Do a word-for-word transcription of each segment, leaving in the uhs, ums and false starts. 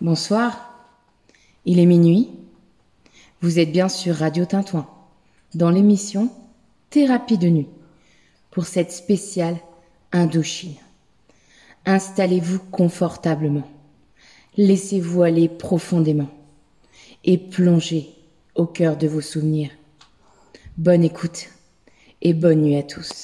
Bonsoir, il est minuit. Vous êtes bien sur Radio Tintouin, dans l'émission Thérapie de nuit, pour cette spéciale Indochine. Installez-vous confortablement, laissez-vous aller profondément et plongez au cœur de vos souvenirs. Bonne écoute et bonne nuit à tous.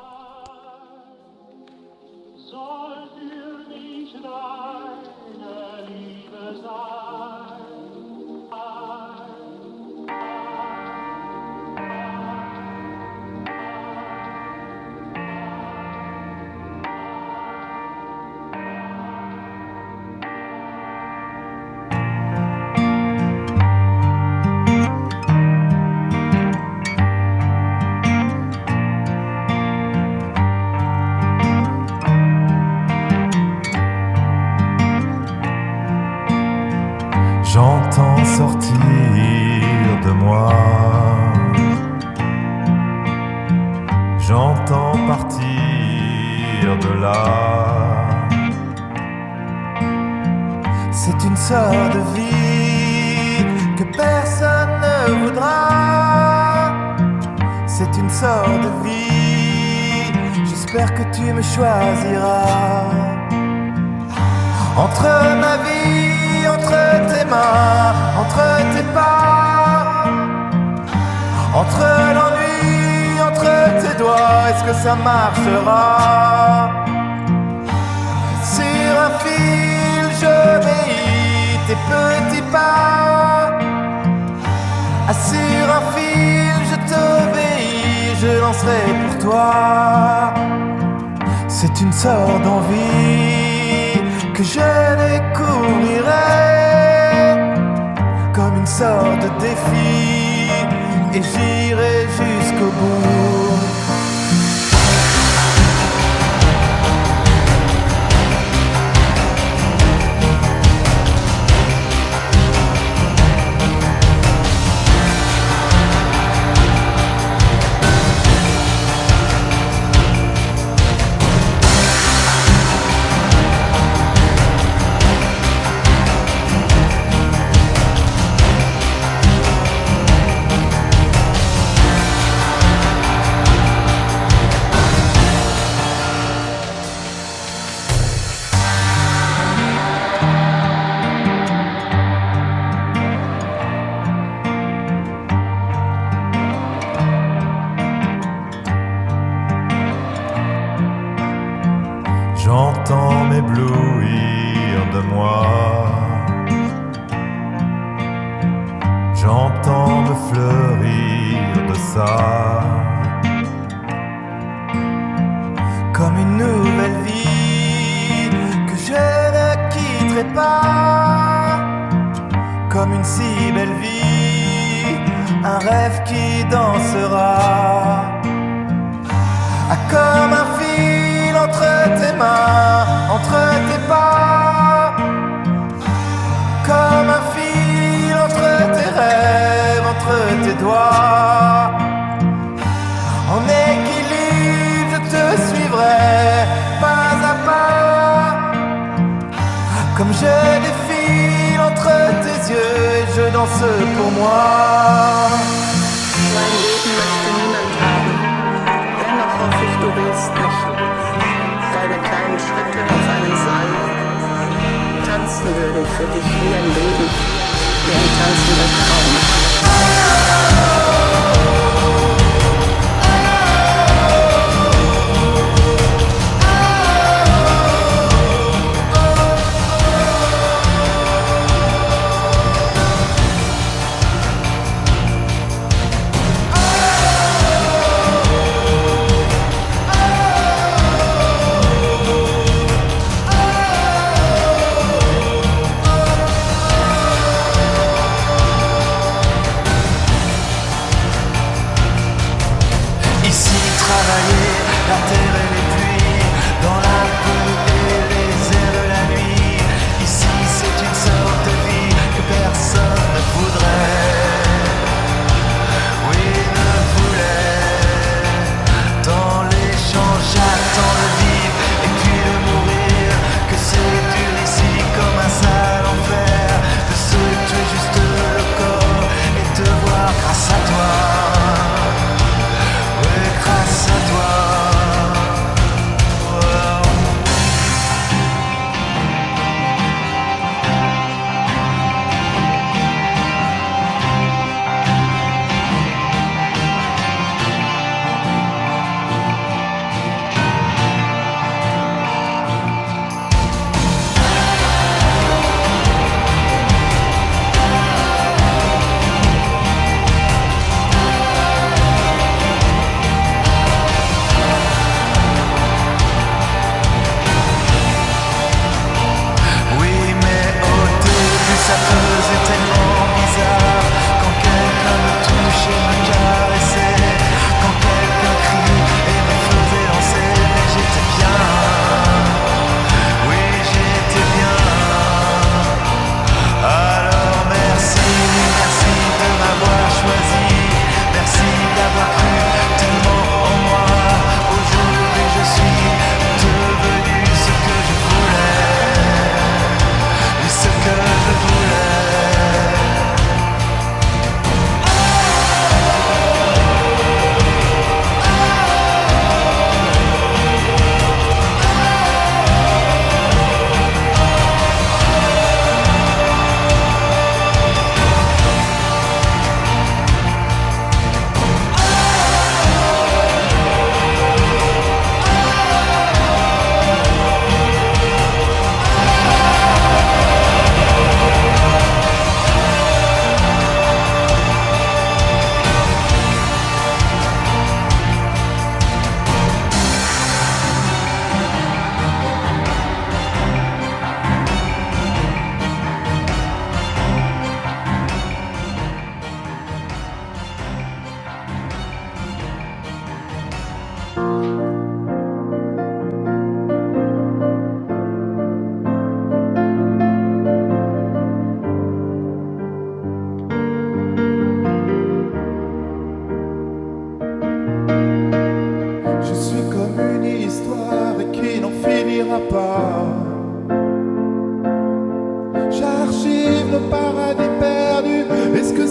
J'entends sortir de moi, j'entends partir de là. C'est une sorte de vie que personne ne voudra. C'est une sorte de vie, j'espère que tu me choisiras. Entre ma vie, entre tes mains, entre tes pas, entre l'ennui, entre tes doigts, est-ce que ça marchera? Sur un fil, j'obéis tes petits pas. Ah, sur un fil, je t'obéis, je lancerai pour toi. C'est une sorte d'envie que je découvrirai comme une sorte de défi, et j'irai jusqu'au bout. J'entends m'éblouir de moi, j'entends me fleurir de ça, comme une nouvelle vie que je ne quitterai pas, comme une si belle vie, un rêve qui dansera, ah, comme un fil entre tes mains, entre tes pas, comme un fil entre tes rêves, entre tes doigts. En équilibre, je te suivrai pas à pas, comme je défile entre tes yeux et je danse pour moi. Mein Leben möchte niemand haben, dennoch hoffe ich, du willst mich. Deine kleinen Schritte auf einen Seil. Tanzen würde ich für dich wie ein Leben, wie ein tanzender Traum.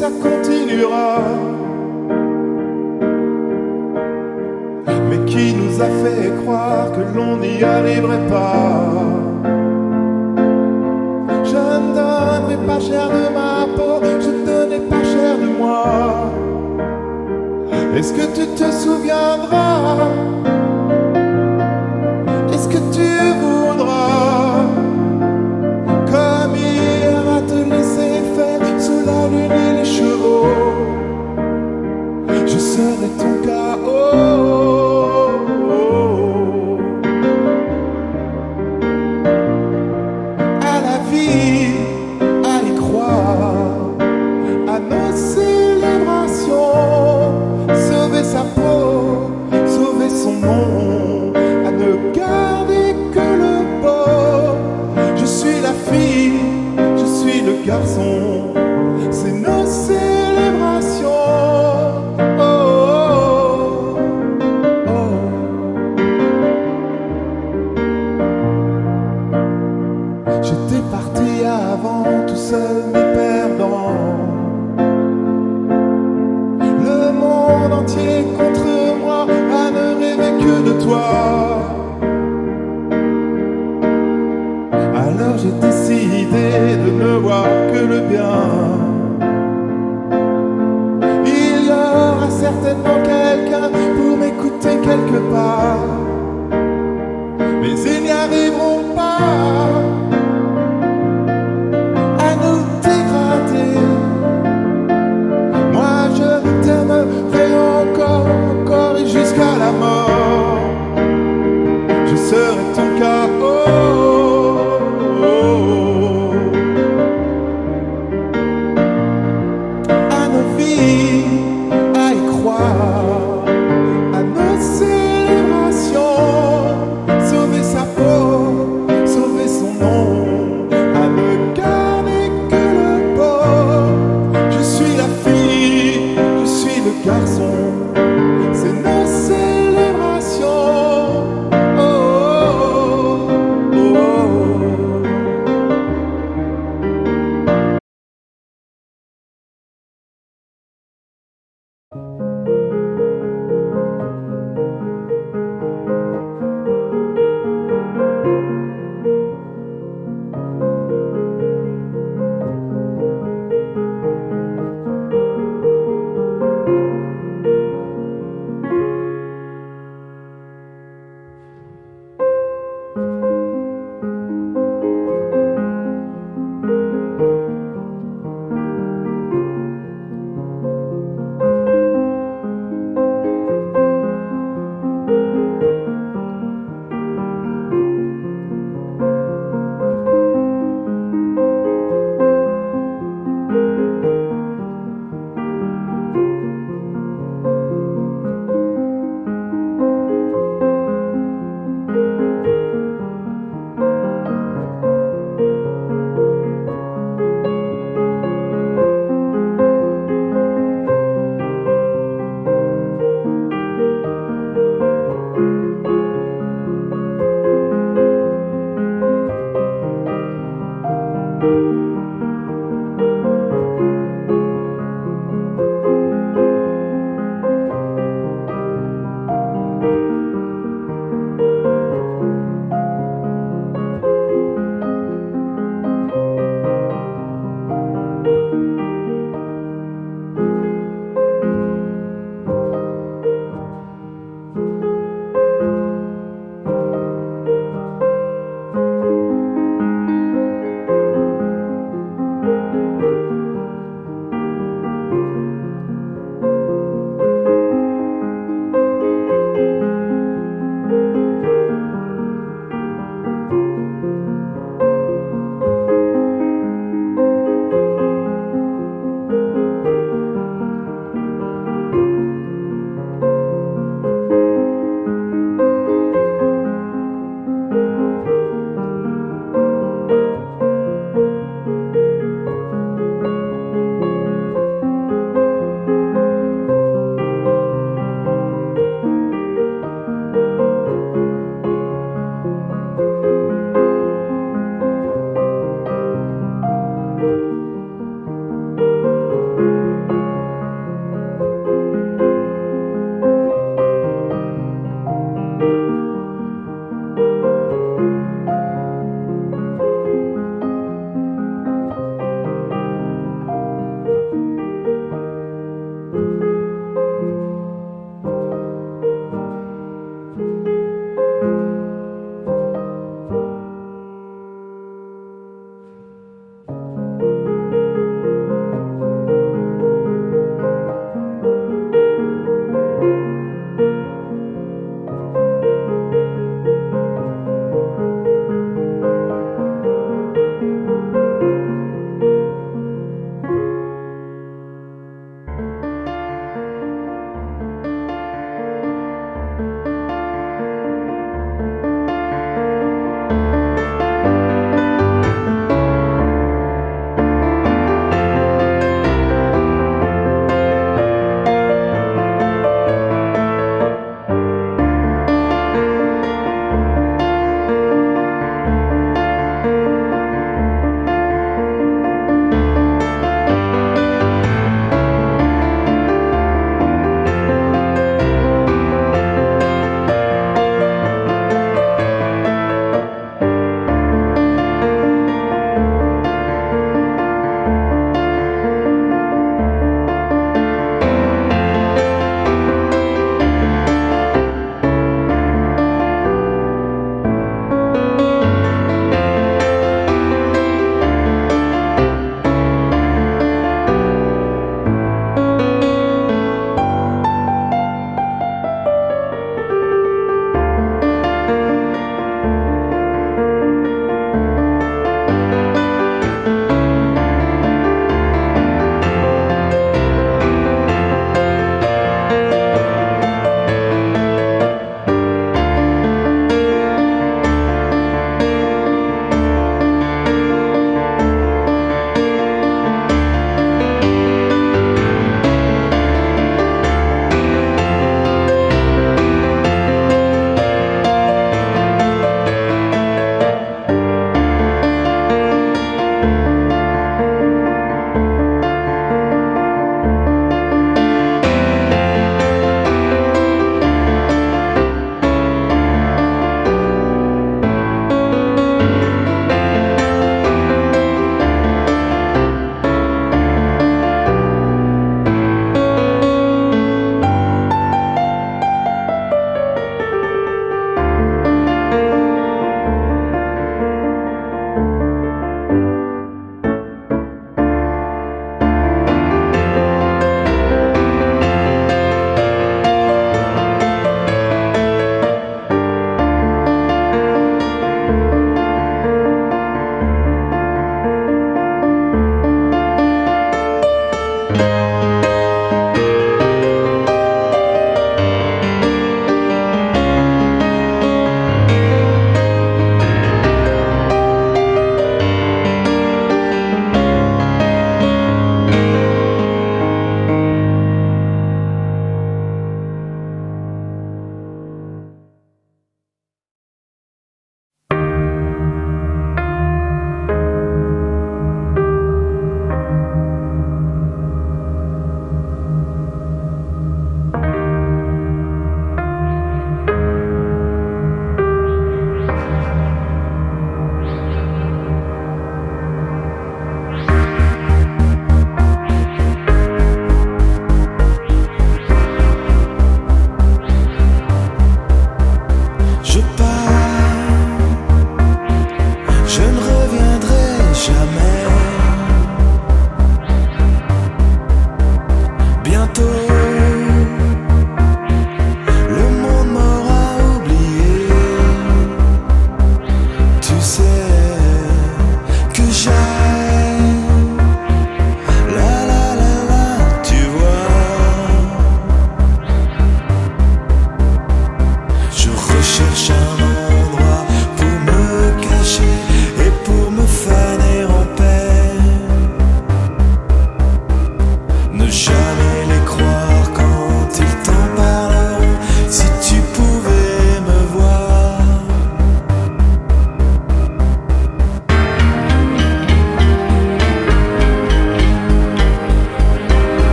ça continuera. Mais qui nous a fait croire que l'on n'y arriverait pas? Je ne donnerai pas cher de ma peau, je ne donnais pas cher de moi. Est-ce que tu te souviendras? Est-ce que tu voudras, comme hier, à te laisser faire sous la lune et les chevaux? Je serai ton chaos. À la vie, à y croire, à nos célébrations, sauver sa peau, sauver son nom, à ne garder que le beau. Je suis la fille, je suis le garçon, c'est nos célébrations. Oh, oh, oh, oh. J'étais parti avant, tout seul mais perdant. Le monde entier contre moi, à ne rêver que de toi. Alors j'ai décidé de ne voir que le bien. Il y aura certainement quelqu'un pour m'écouter quelque part, mais ils n'y arriveront pas à nous dégrader. Moi je t'aimerai encore, encore et jusqu'à la mort. Je serai ton chaos. À nos vies, à y croire, à nos célébrations, sauver sa peau, sauver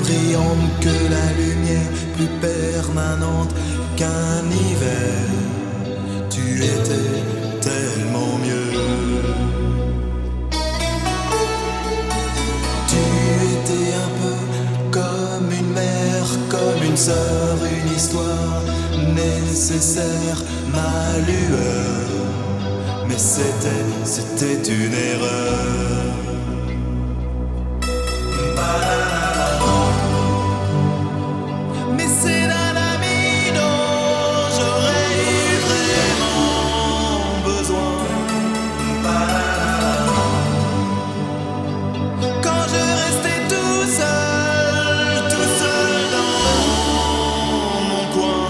brillante que la lumière, plus permanente qu'un hiver. Tu étais tellement mieux. Tu étais un peu comme une mère, comme une sœur, une histoire nécessaire, ma lueur. Mais c'était, c'était une erreur. Mais c'est d'un ami dont j'aurais eu vraiment besoin. Quand je restais tout seul, tout seul dans mon coin.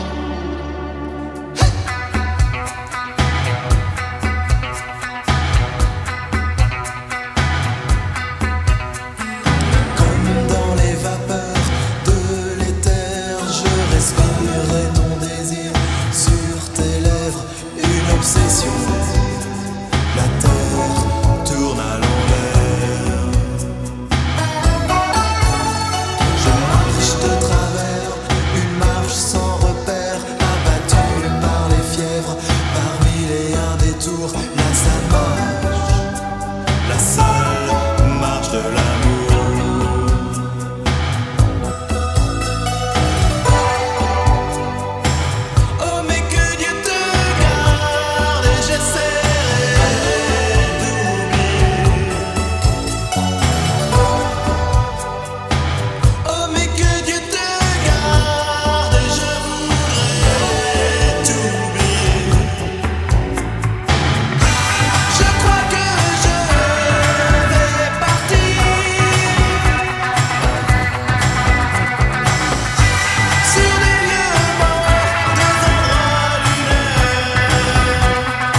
La terre tourne à l'envers. Je marche de travers, une marche sans repère, abattue par les fièvres, par mille et un détours. Là ça marche, la seule marche de l'amour. Oh mais que Dieu te garde, et j'essaierai d'oublier. Oh mais que Dieu te garde, et je voudrais t'oublier. Je crois que je vais partir sur des lieux morts, des endroits lunaires.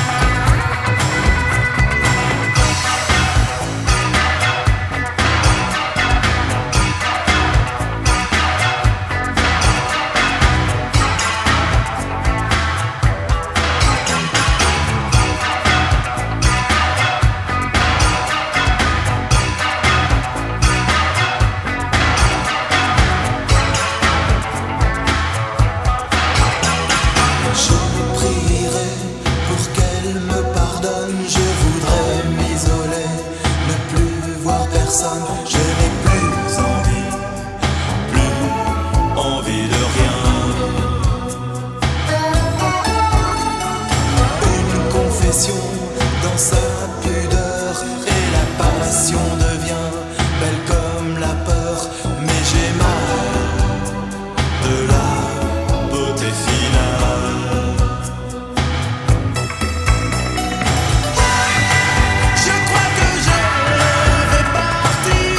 Je prierai pour qu'elle me pardonne. Je voudrais m'isoler, ne plus voir personne. Je n'ai plus envie, plus envie de rien. Une confession dans sa pudeur, et la passion devient belle comme la peur. Mais j'ai mal de la beauté finale. Je crois que je vais partir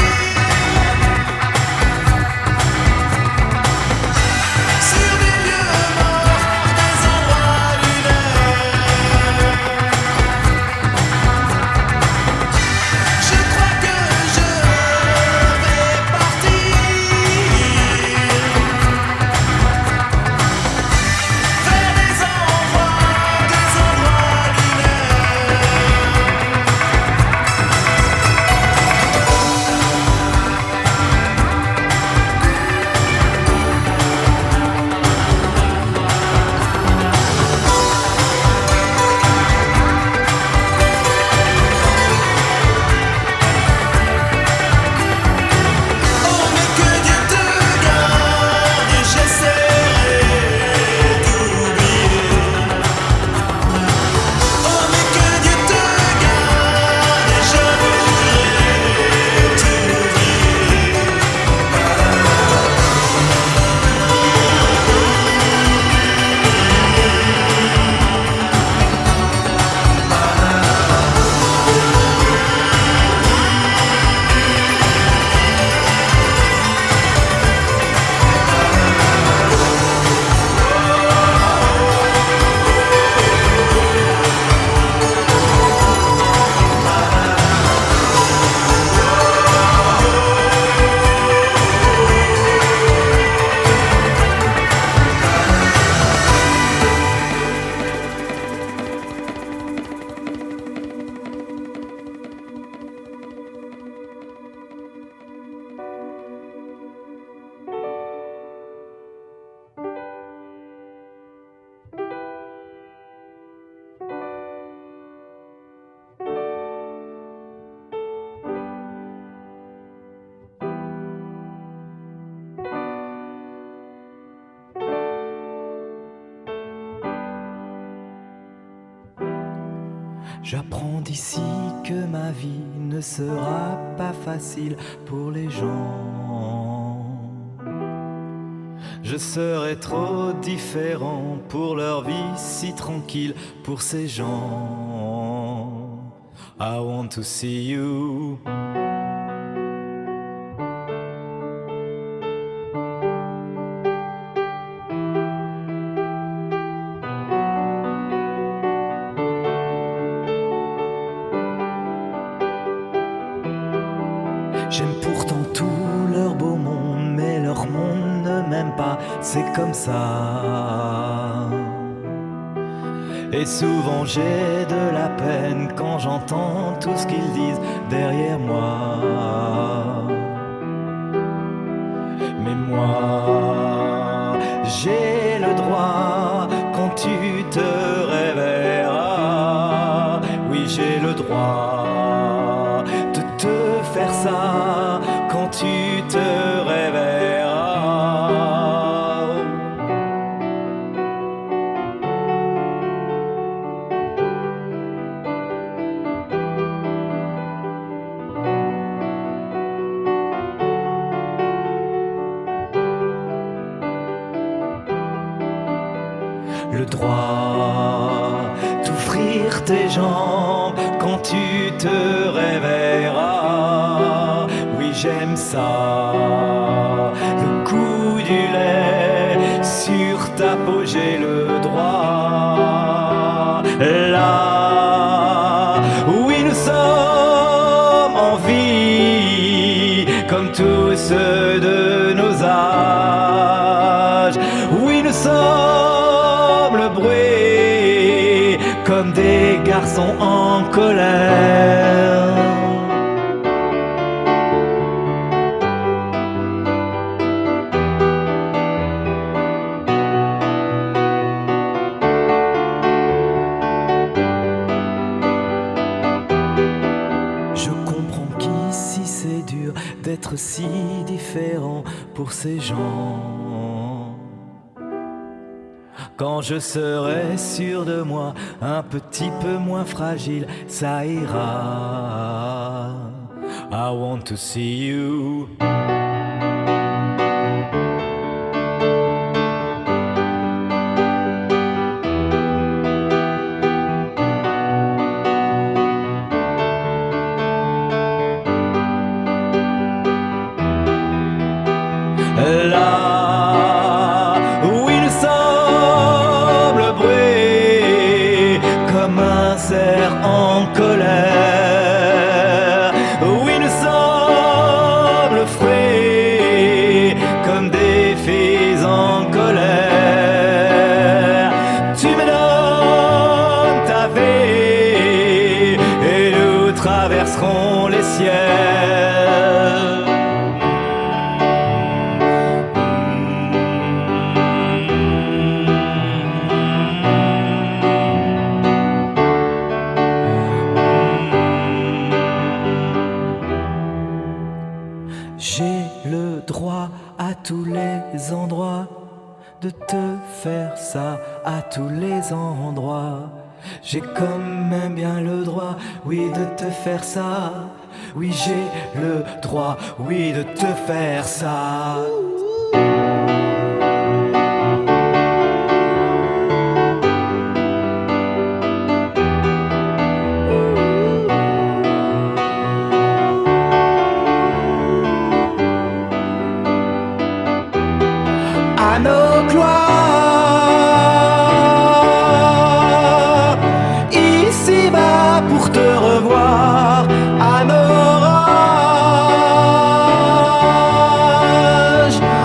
sur des lieux morts, des endroits lunaires. J'apprends d'ici que ma vie ne sera pas facile pour les gens. Je serai trop différent pour leur vie si tranquille pour ces gens. I want to see you. J'aime pourtant tout leur beau monde, mais leur monde ne m'aime pas, c'est comme ça. Et souvent j'ai de la peine quand j'entends tout ce qu'ils disent derrière moi. Mais moi, j'ai le droit quand tu te réveilleras. Oui, j'ai le droit de te faire ça quand tu te réveilleras. Le droit d'ouvrir tes jambes quand tu te réveilleras. Oui, j'aime ça. Le goût du lait sur ta peau, j'ai le droit. Là, oui, nous sommes en vie comme tous ceux de nos âges. Oui, nous sommes le bruit comme des garçons en colère. Je comprends qu'ici c'est dur d'être si différent pour ces gens. Quand je serai sûr de moi, un petit peu moins fragile, ça ira. I want to see you. Là, oui, nous sommes le bruit comme un cerf en colère. Oui, nous sommes le fruit comme des filles en colère. Tu me donnes ta vie et nous traverserons les ciels. J'ai le droit à tous les endroits de te faire ça à tous les endroits. J'ai quand même bien le droit, oui, de te faire ça. Oui, j'ai le droit, oui, de te faire ça. À nos gloires, ici-bas pour te revoir, à nos orages,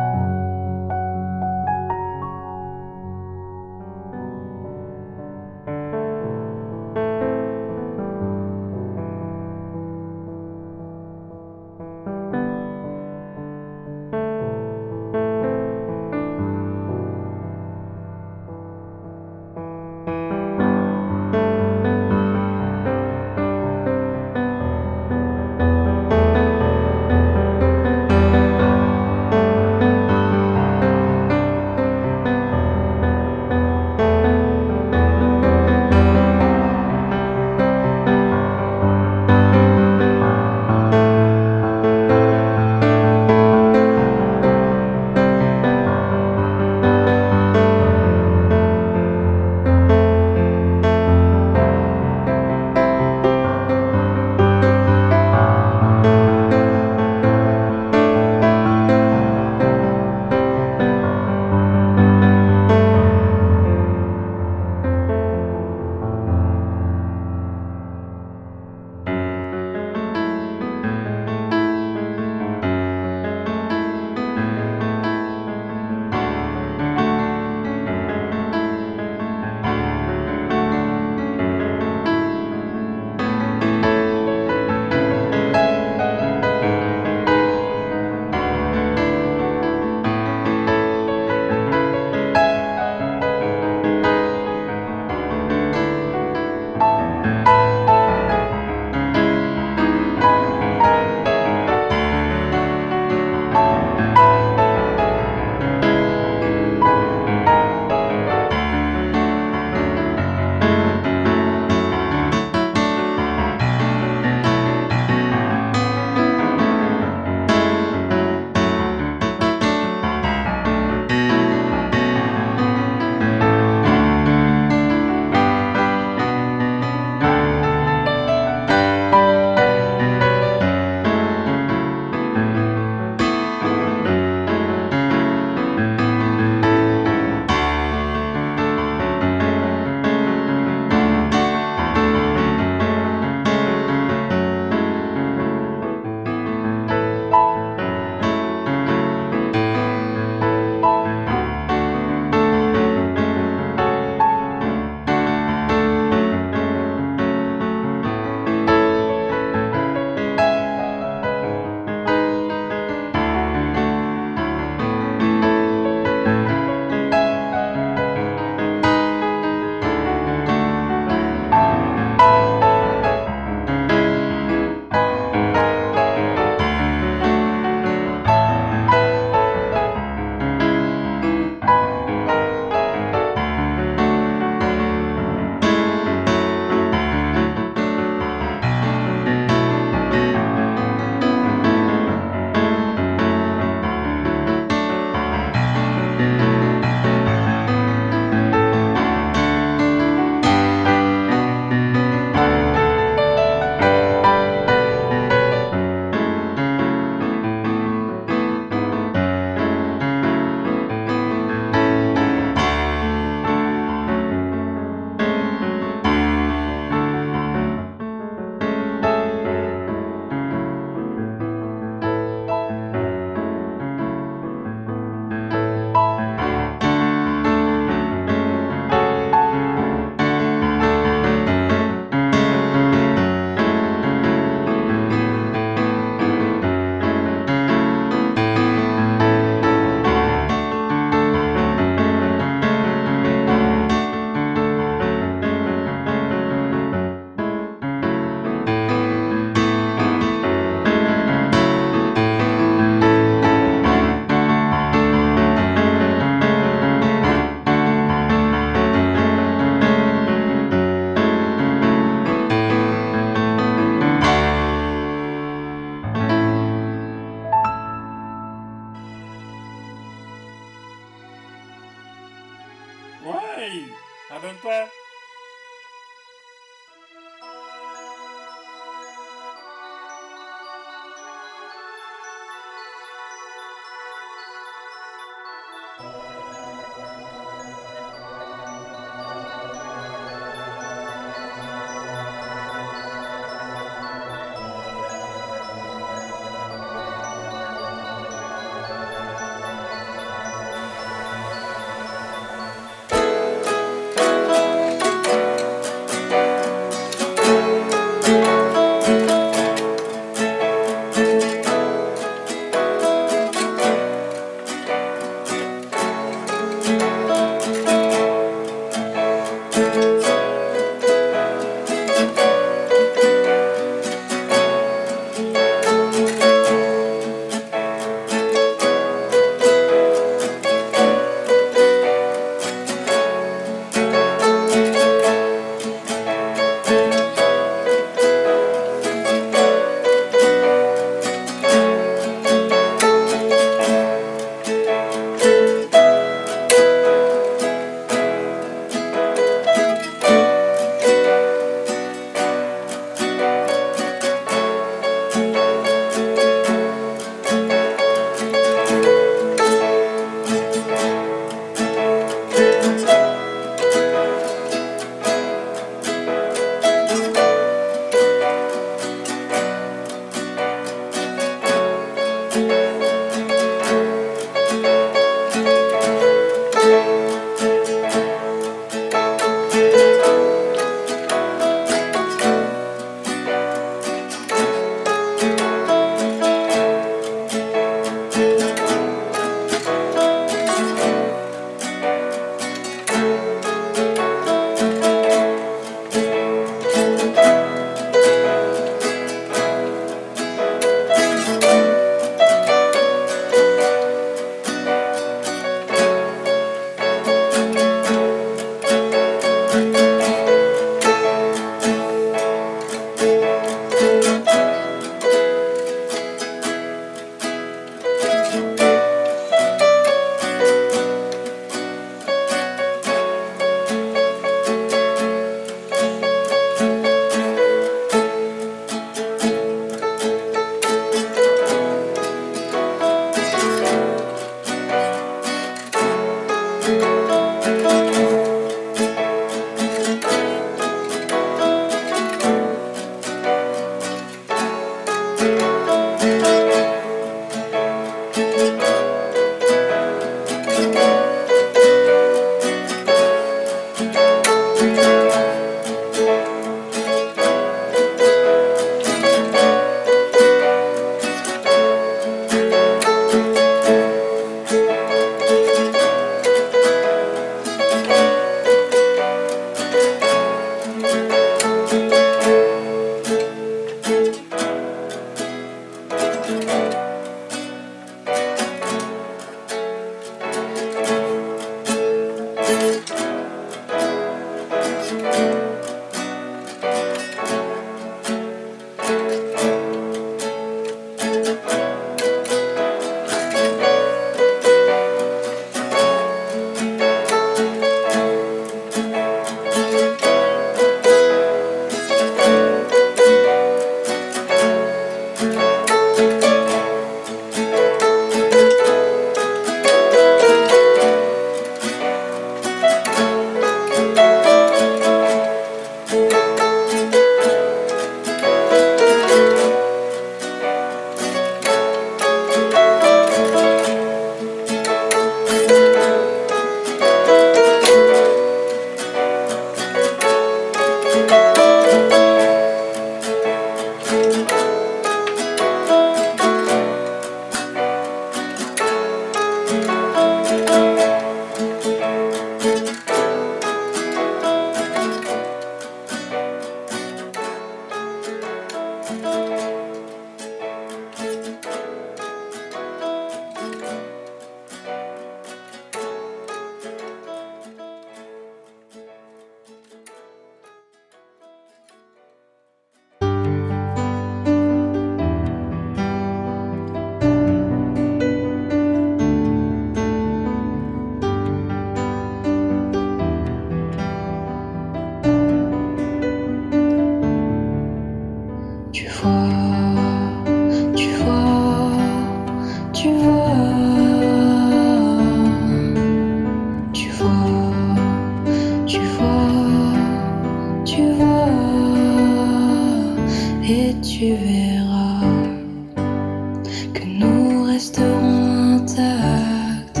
et tu verras que nous resterons intacts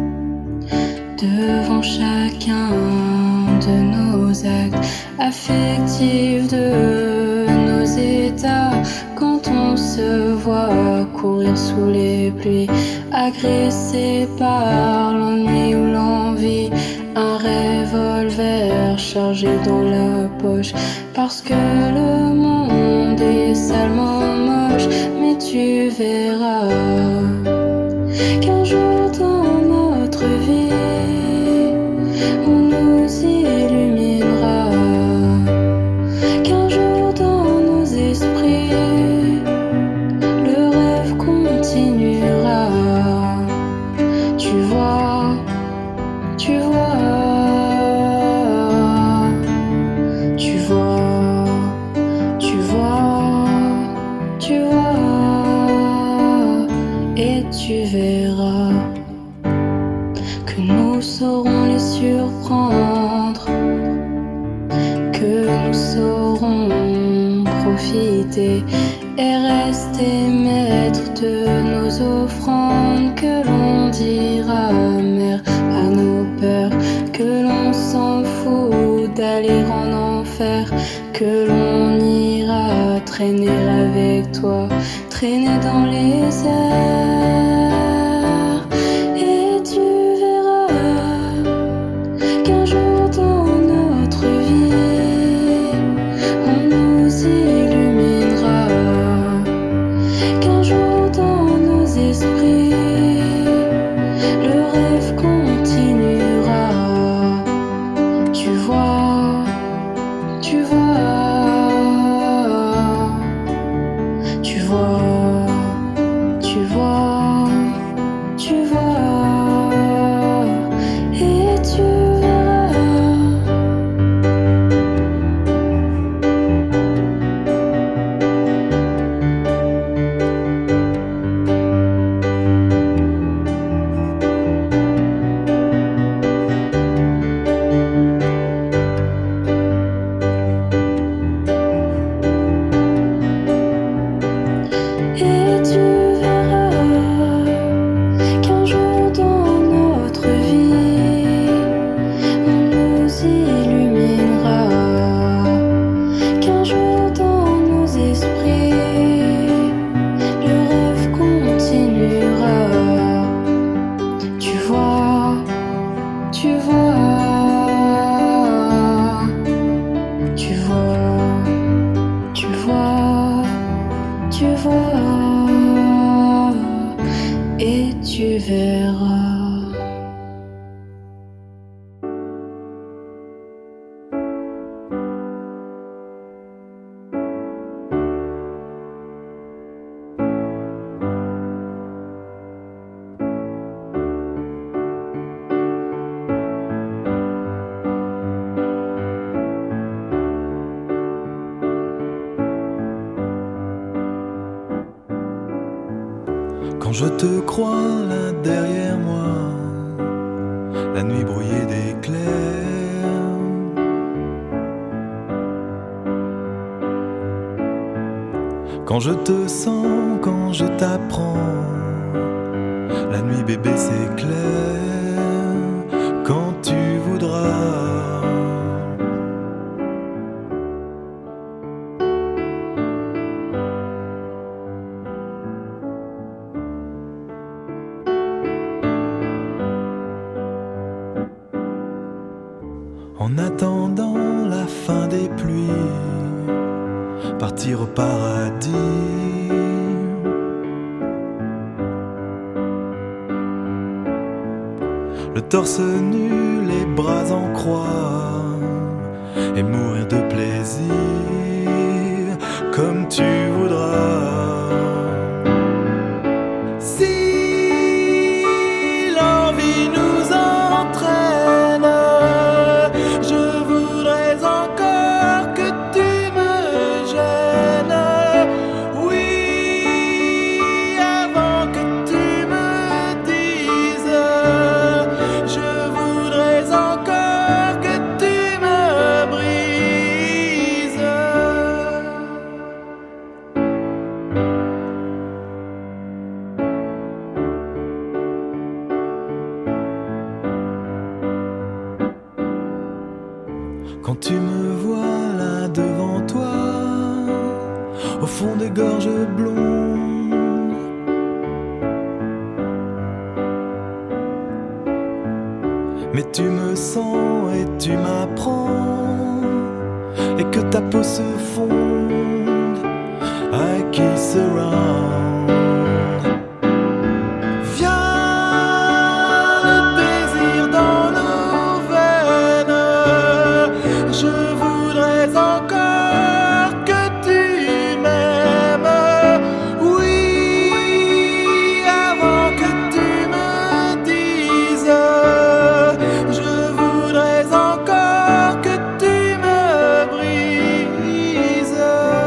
devant chacun de nos actes affectifs, de nos états. Quand on se voit courir sous les pluies, agressé par l'ennui ou l'envie, un revolver chargé dans la poche, parce que le monde est salement moche. Mais tu verras qu'un jour dans notre vie, on nous illuminera, qu'un jour dans nos esprits, le rêve continuera. Tu vois, tu vois, tu vois, tu vois, tu vois, et tu verras que nous saurons les surprendre, que nous saurons profiter et rester maîtres de nos offrandes, que l'on dira mère à nos peurs, que l'on s'en fout d'aller en enfer, que l'on ira traîner avec toi, traîner dans les airs. Et tu verras qu'un jour dans notre vie, on nous illuminera, qu'un jour dans nos esprits, le rêve continuera. Tu vois, tu vois, tu vois, tu vois, tu vois, et tu verras. Et tu verras qu'un jour dans notre vie, on nous illuminera, qu'un jour dans nos esprits, le rêve continuera. Tu vois, tu vois, tu vois, tu vois, tu vois, et tu verras. Quand je te crois là derrière moi, la nuit brouillée d'éclairs, quand je te sens, quand je t'apprends, la nuit bébé s'éclaire, quand tu voudras. En attendant la fin des pluies, partir au paradis. Le torse nu, les bras en croix, et mourir de plaisir, comme tu voudras. Si l'envie nous entraîne, je voudrais encore que tu me gênes. Oui, avant que tu me dises, je voudrais encore que tu me brises. fond des gorges blondes. Mais tu me sens et tu m'apprends, et que ta peau se fonde, I kiss around. Jesus.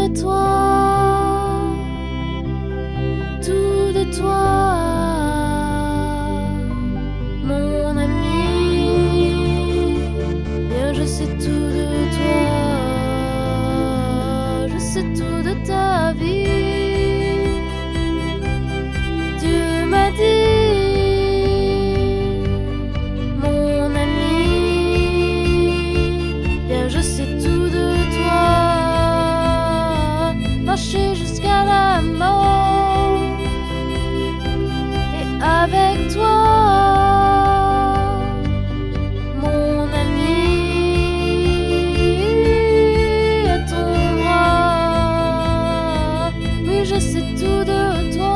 toi, tout de toi, mon ami. Bien, je sais tout de toi, je sais tout de ta vie. Dieu m'a dit, mon ami, bien, je sais tout de toi, marcher jusqu'à la mort, et avec toi, mon ami, à ton bras. Oui, je sais tout de toi.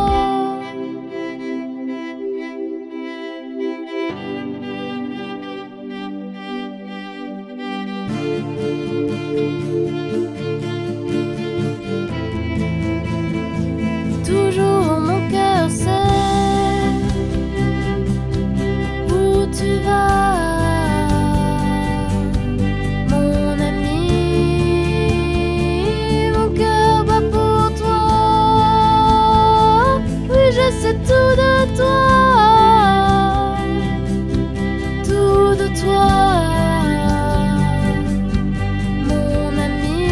Toujours mon cœur sait où tu vas, mon ami. Mon cœur bat pour toi. Oui, je sais tout de toi, tout de toi, mon ami.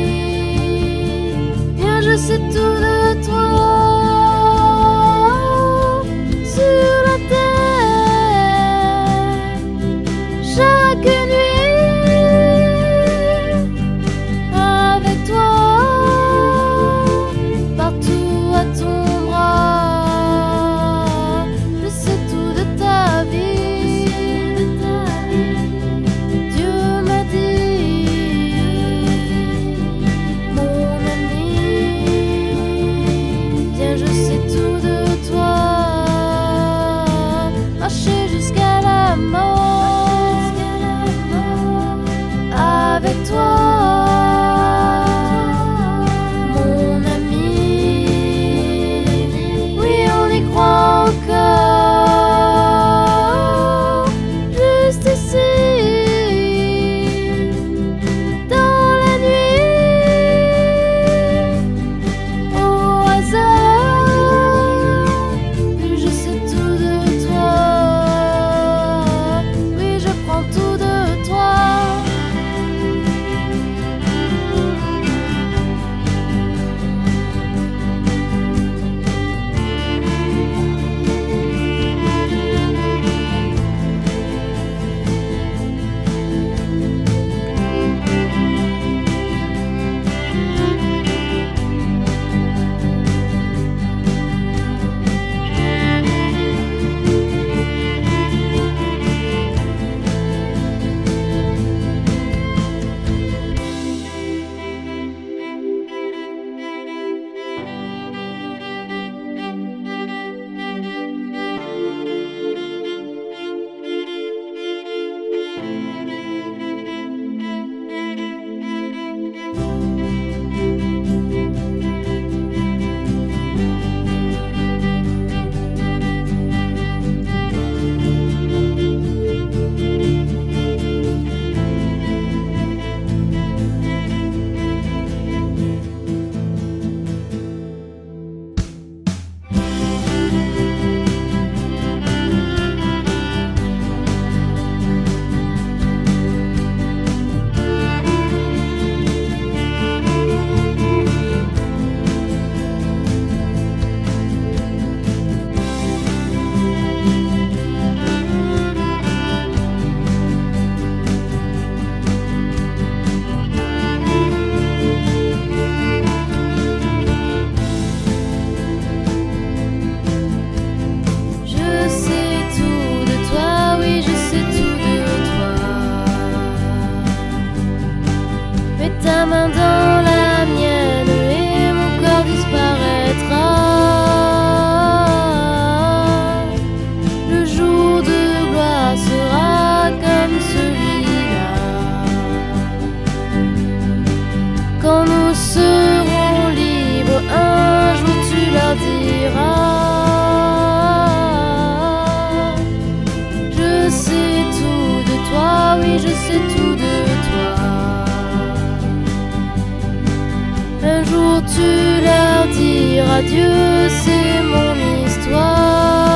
Bien, je sais tout de toi. Sur la terre, chaque nuit, avec toi, partout à ton bras. Je sais tout de ta vie. Dieu m'a dit, mon ami, jour tu leur diras adieu, c'est mon histoire.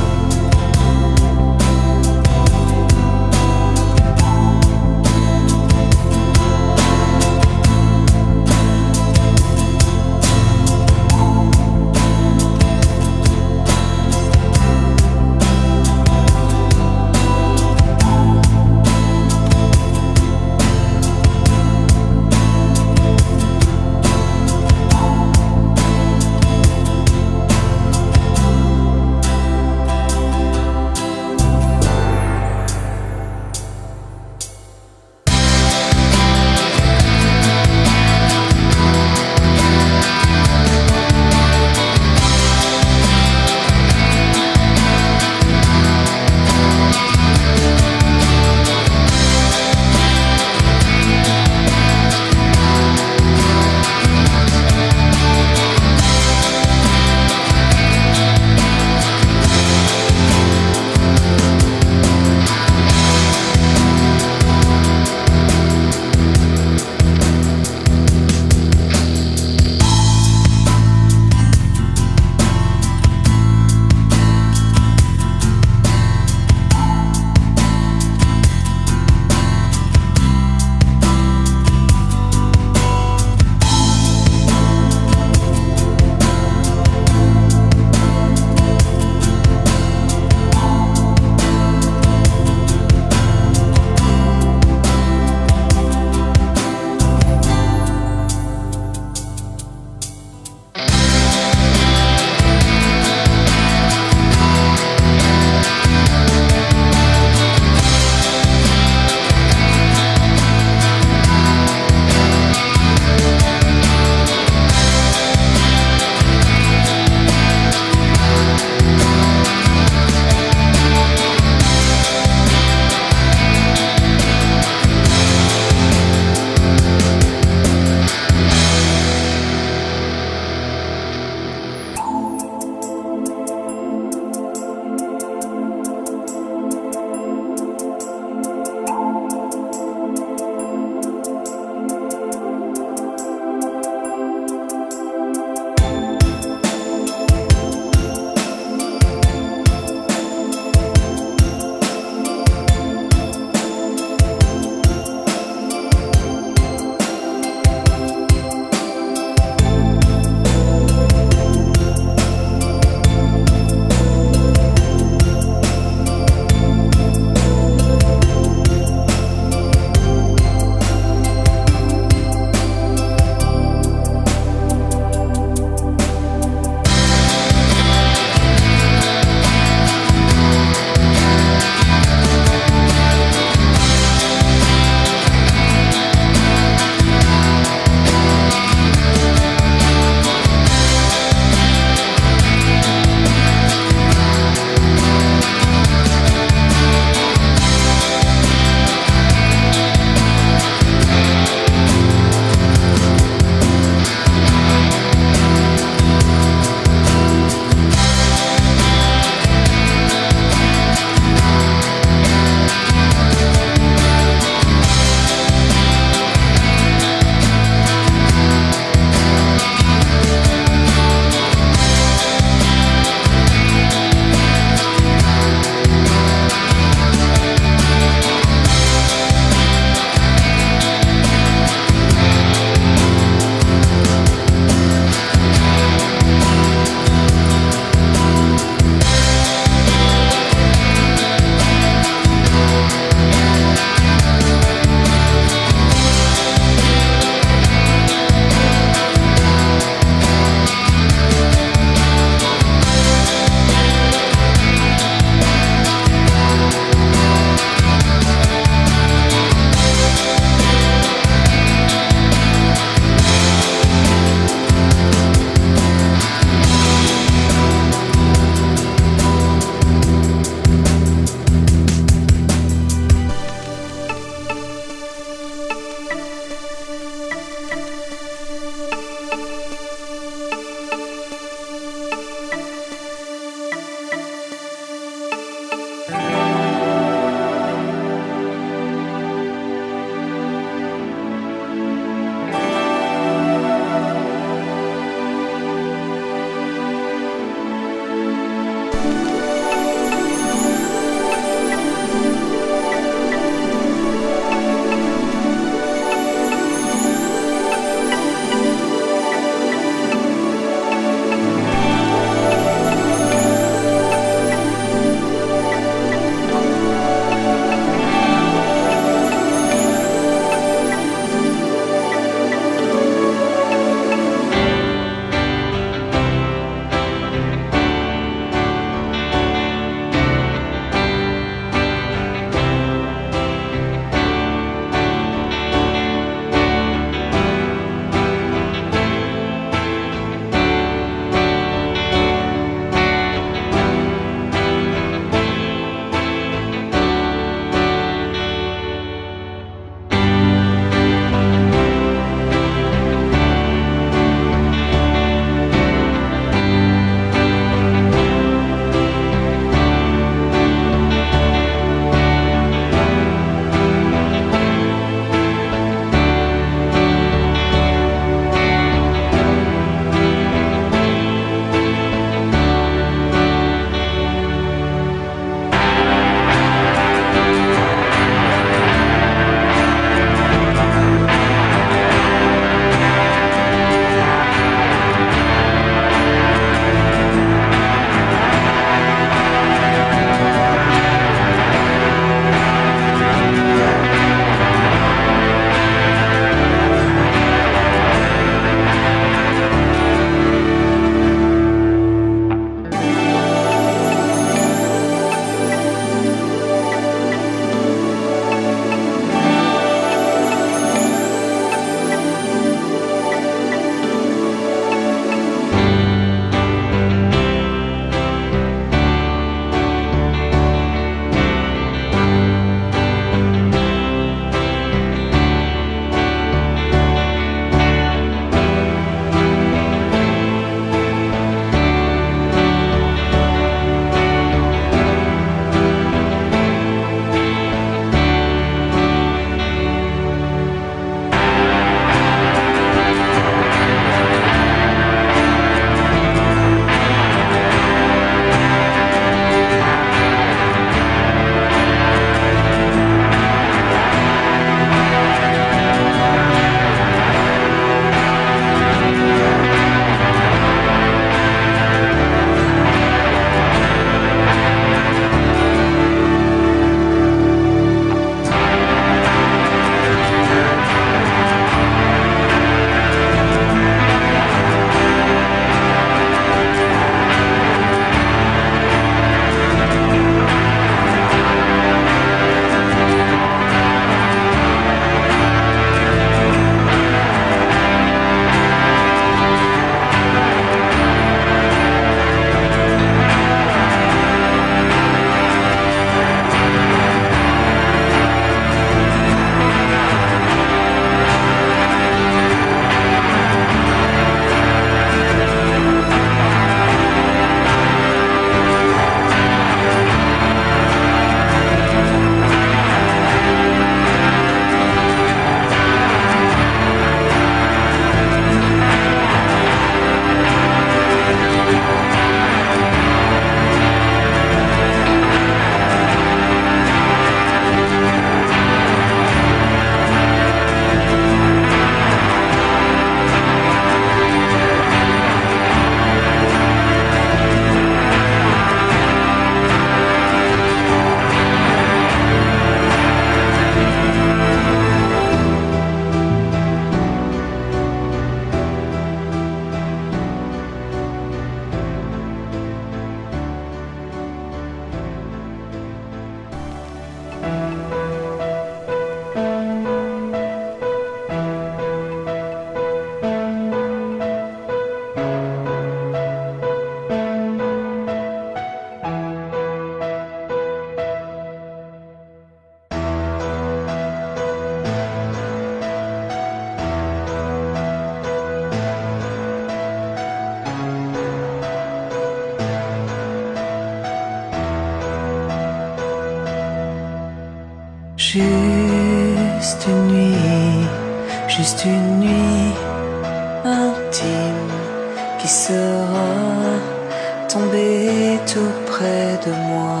juste une nuit intime qui sera tombée tout près de moi.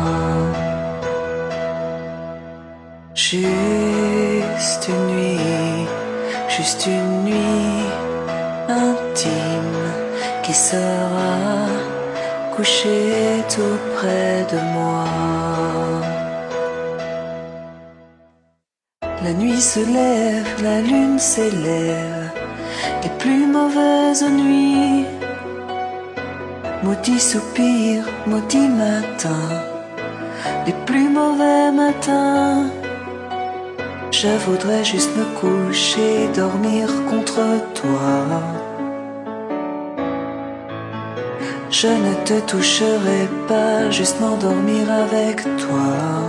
Juste une nuit, juste une nuit intime qui sera couchée tout près de moi. La nuit se lève, la lune s'élève, les plus mauvaises nuits. Maudit soupir, maudit matin, les plus mauvais matins. Je voudrais juste me coucher, dormir contre toi. Je ne te toucherai pas, juste m'endormir avec toi.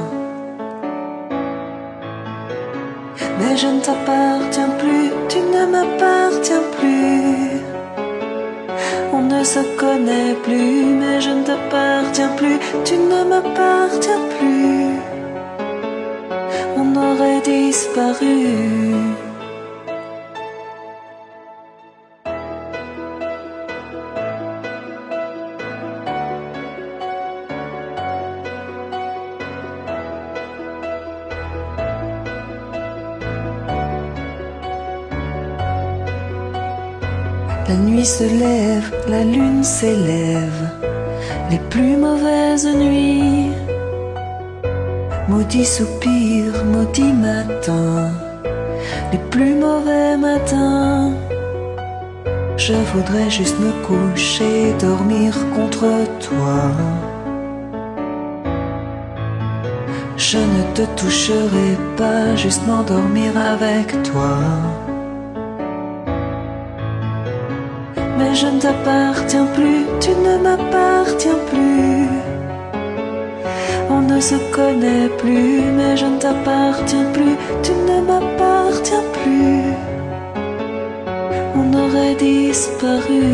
Mais je ne t'appartiens plus, tu ne m'appartiens plus. On ne se connaît plus, mais je ne t'appartiens plus, tu ne m'appartiens plus. On aurait disparu. La nuit se lève, la lune s'élève, les plus mauvaises nuits. Maudit soupir, maudit matin, les plus mauvais matins. Je voudrais juste me coucher, dormir contre toi. Je ne te toucherai pas, juste m'endormir avec toi. Mais je ne t'appartiens plus, tu ne m'appartiens plus. On ne se connaît plus, mais je ne t'appartiens plus, tu ne m'appartiens plus. On aurait disparu.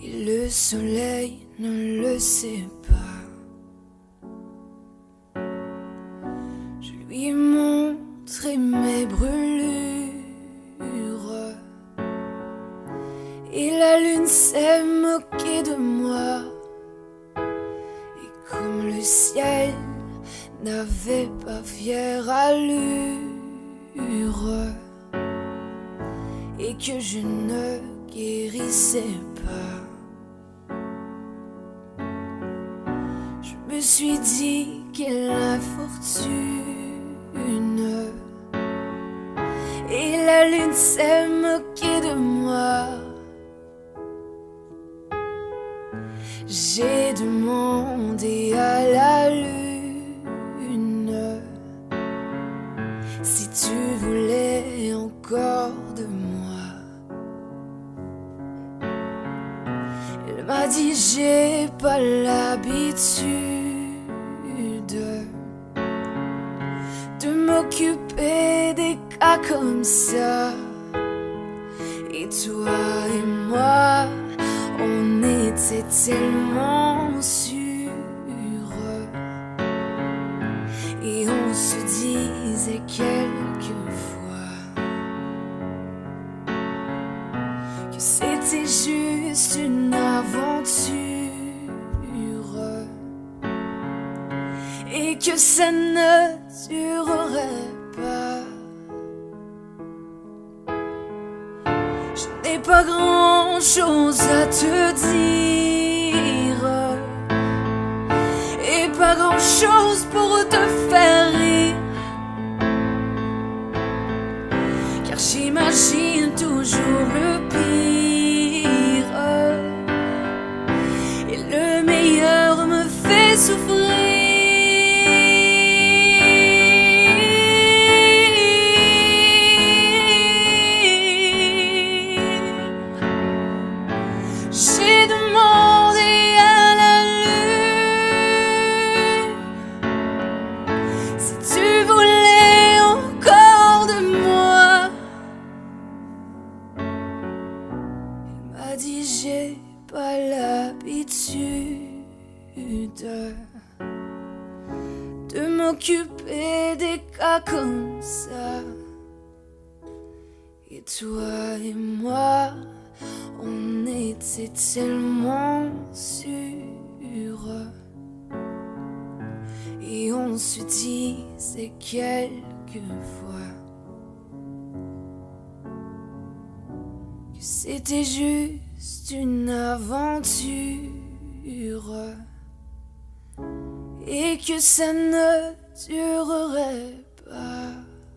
Et le soleil ne le sait pas. Je lui ai montré mes brûlures. Et la lune s'est moquée de moi. Et comme le ciel n'avait pas fière allure, et que je ne guérissais pas, je me suis dit quelle infortune. Et la lune s'est moquée de moi. J'ai demandé à la lune si tu voulais encore de moi. Elle m'a dit j'ai pas l'habitude de m'occuper des cas comme ça. Et toi et moi, on était tellement sûrs, et on se disait quelquefois que c'était juste une aventure et que ça ne durerait pas. Je n'ai pas grand chose à te dire et pas grand chose pour te faire rire, car j'imagine toujours le pire et le meilleur me fait souffrir. De m'occuper des cas comme ça. Et toi et moi, on était tellement sûrs, et on se disait quelquefois que c'était juste une aventure et que ça ne durerait pas.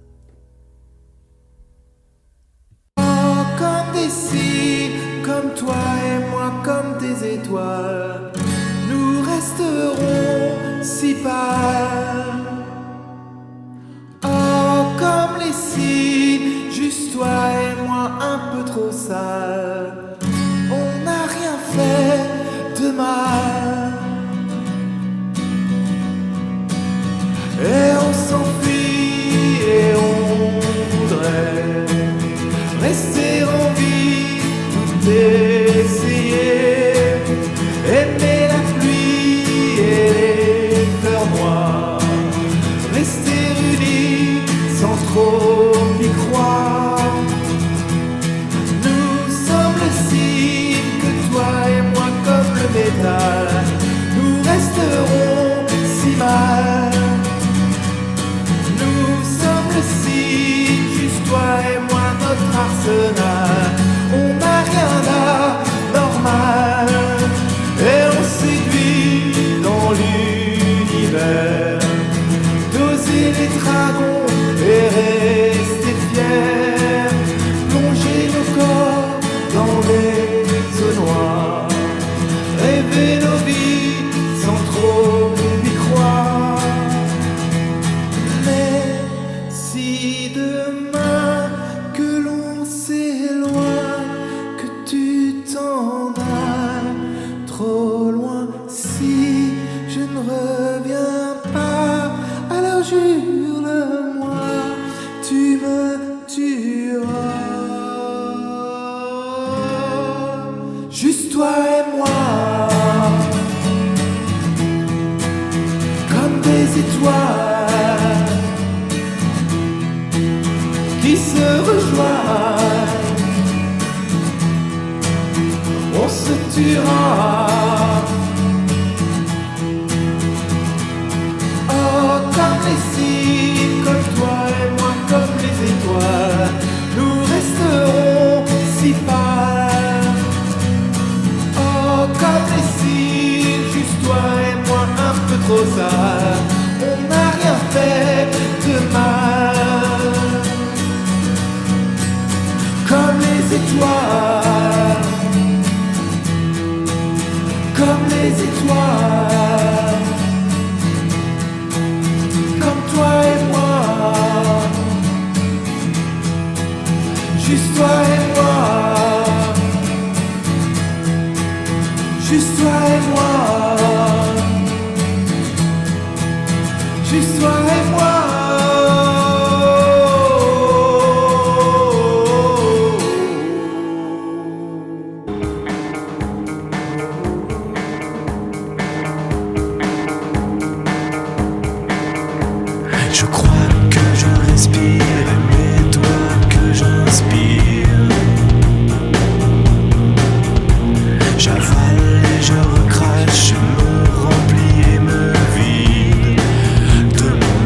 Oh, comme des cygnes, comme toi et moi, comme des étoiles, nous resterons si pâles. Oh, comme les cygnes, juste toi et moi, un peu trop sales. On n'a rien fait de mal. Et on s'enfuit et on voudrait rester en vie, tout essayer, aimer la pluie et les fleurs noires, rester unis sans trop y croire. Nous sommes le toi et moi, comme des étoiles qui se rejoignent, on se tuera. Oh, comme les cygnes, comme toi et moi, comme les étoiles, nous resterons si pâles. Oh, comme les cygnes, juste toi et moi, un peu trop sales, on n'a rien fait de mal. Comme les étoiles, comme les étoiles, comme toi et moi, juste toi et moi, juste toi et moi, juste toi et moi. Je crois que je respire, mais toi que j'inspire. J'avale et je recrache, je me remplis et me vide de mon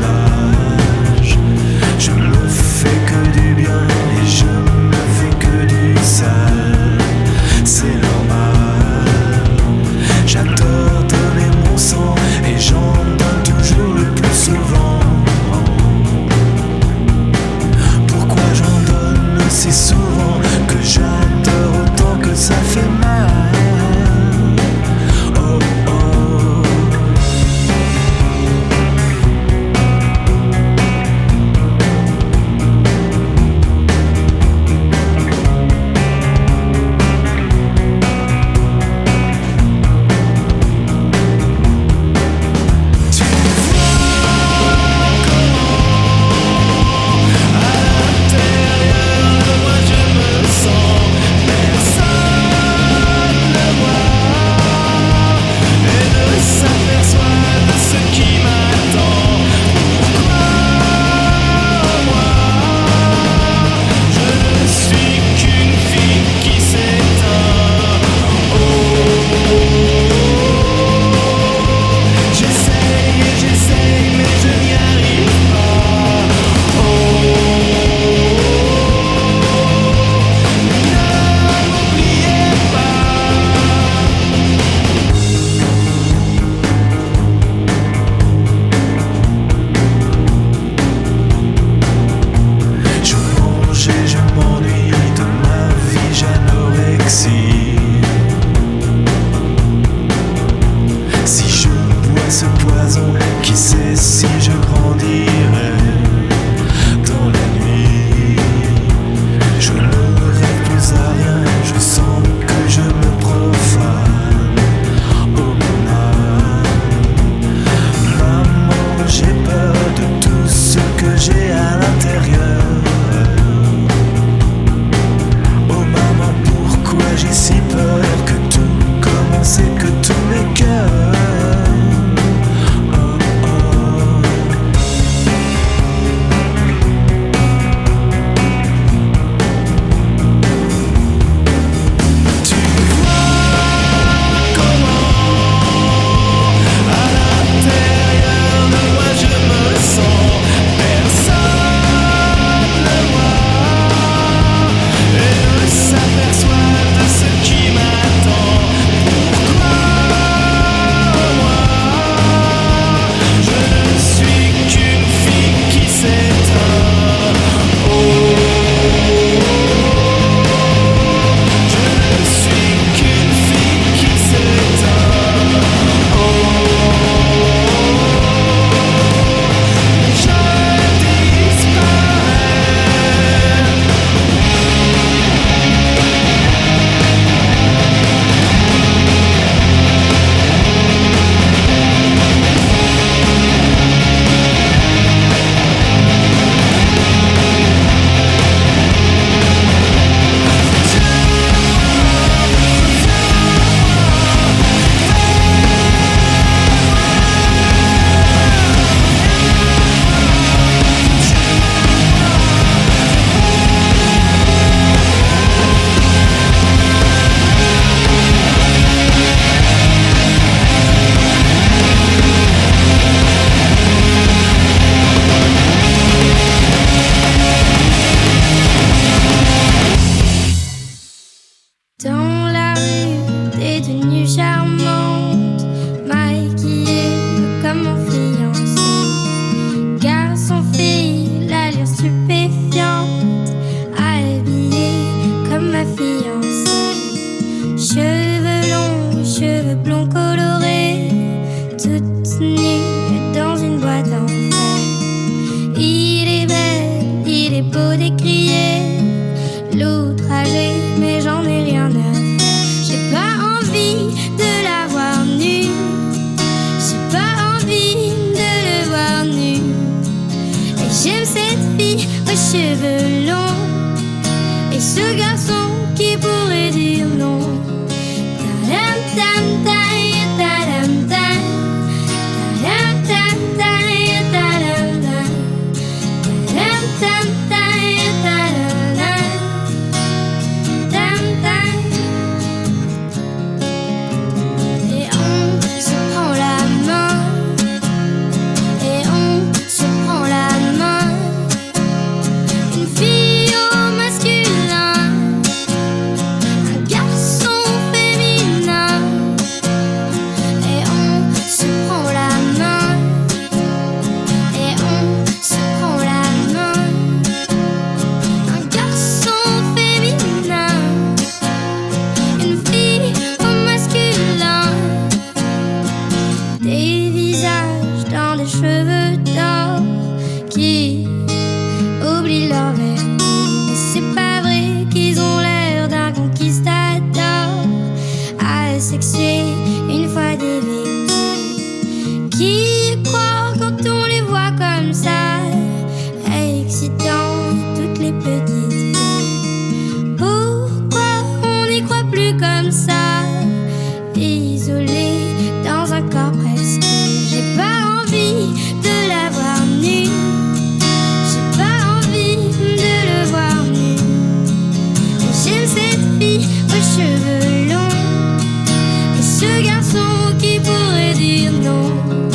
acte sexué une fois dévêtus, qui croient quand on les voit comme ça, excitant toutes les petites filles. Pourquoi on n'y croit plus comme ça, isolé dans un corps presque? J'ai pas envie de la voir nue, j'ai pas envie de le voir nu. J'aime cette fille aux cheveux longs et ce garçon qui pourrait dire non.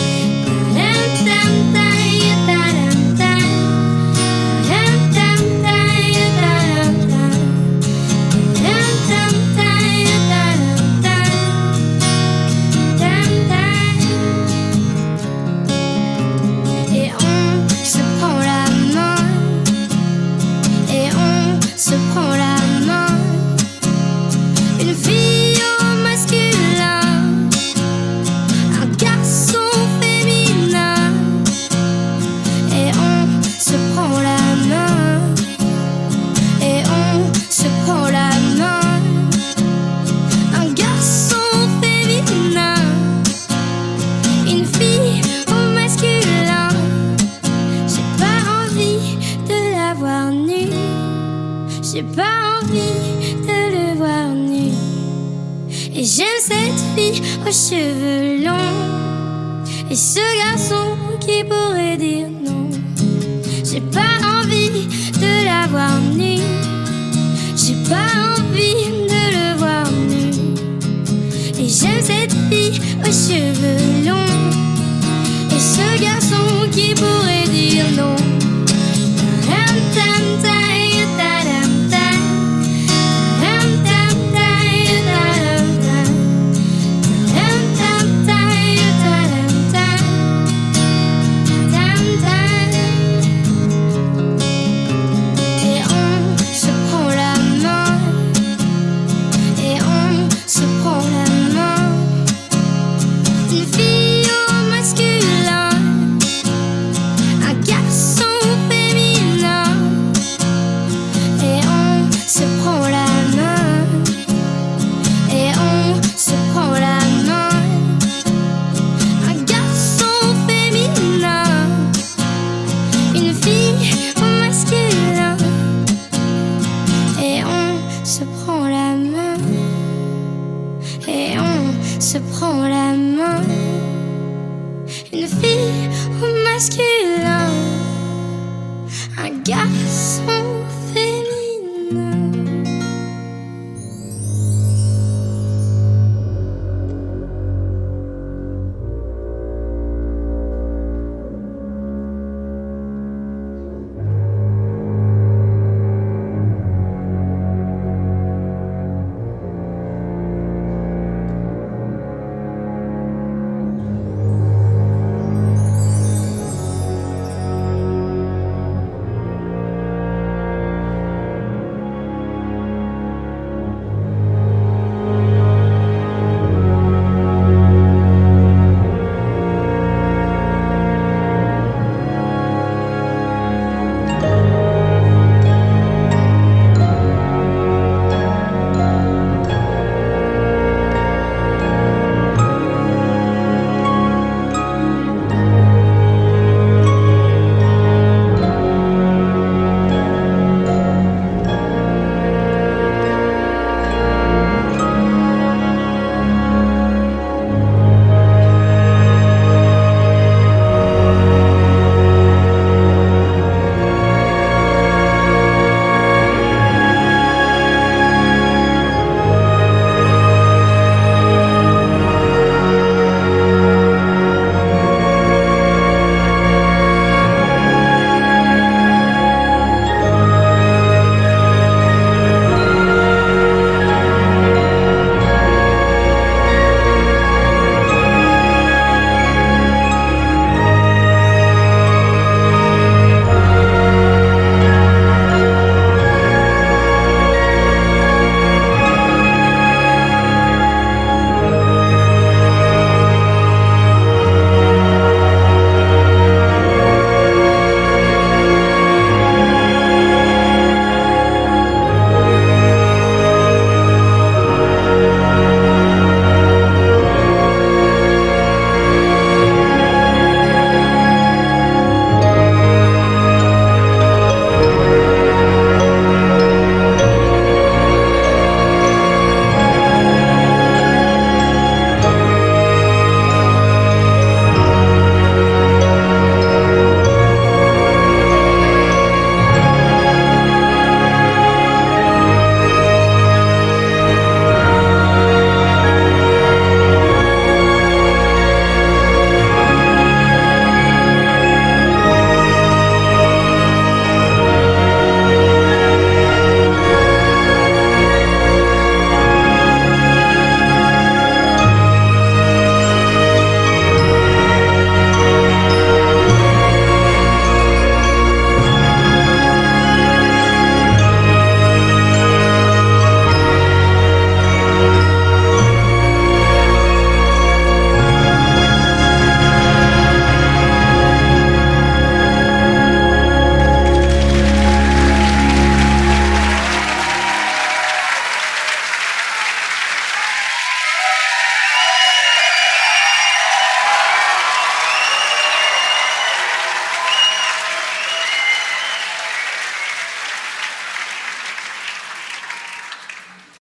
J'ai pas envie de le voir nu. Et j'aime cette fille aux cheveux longs et ce garçon qui pourrait dire non. J'ai pas envie de la voir nue, j'ai pas envie de le voir nu. Et j'aime cette fille aux cheveux longs et ce garçon qui pourrait dire non. Se prend la main, une fille au masculin.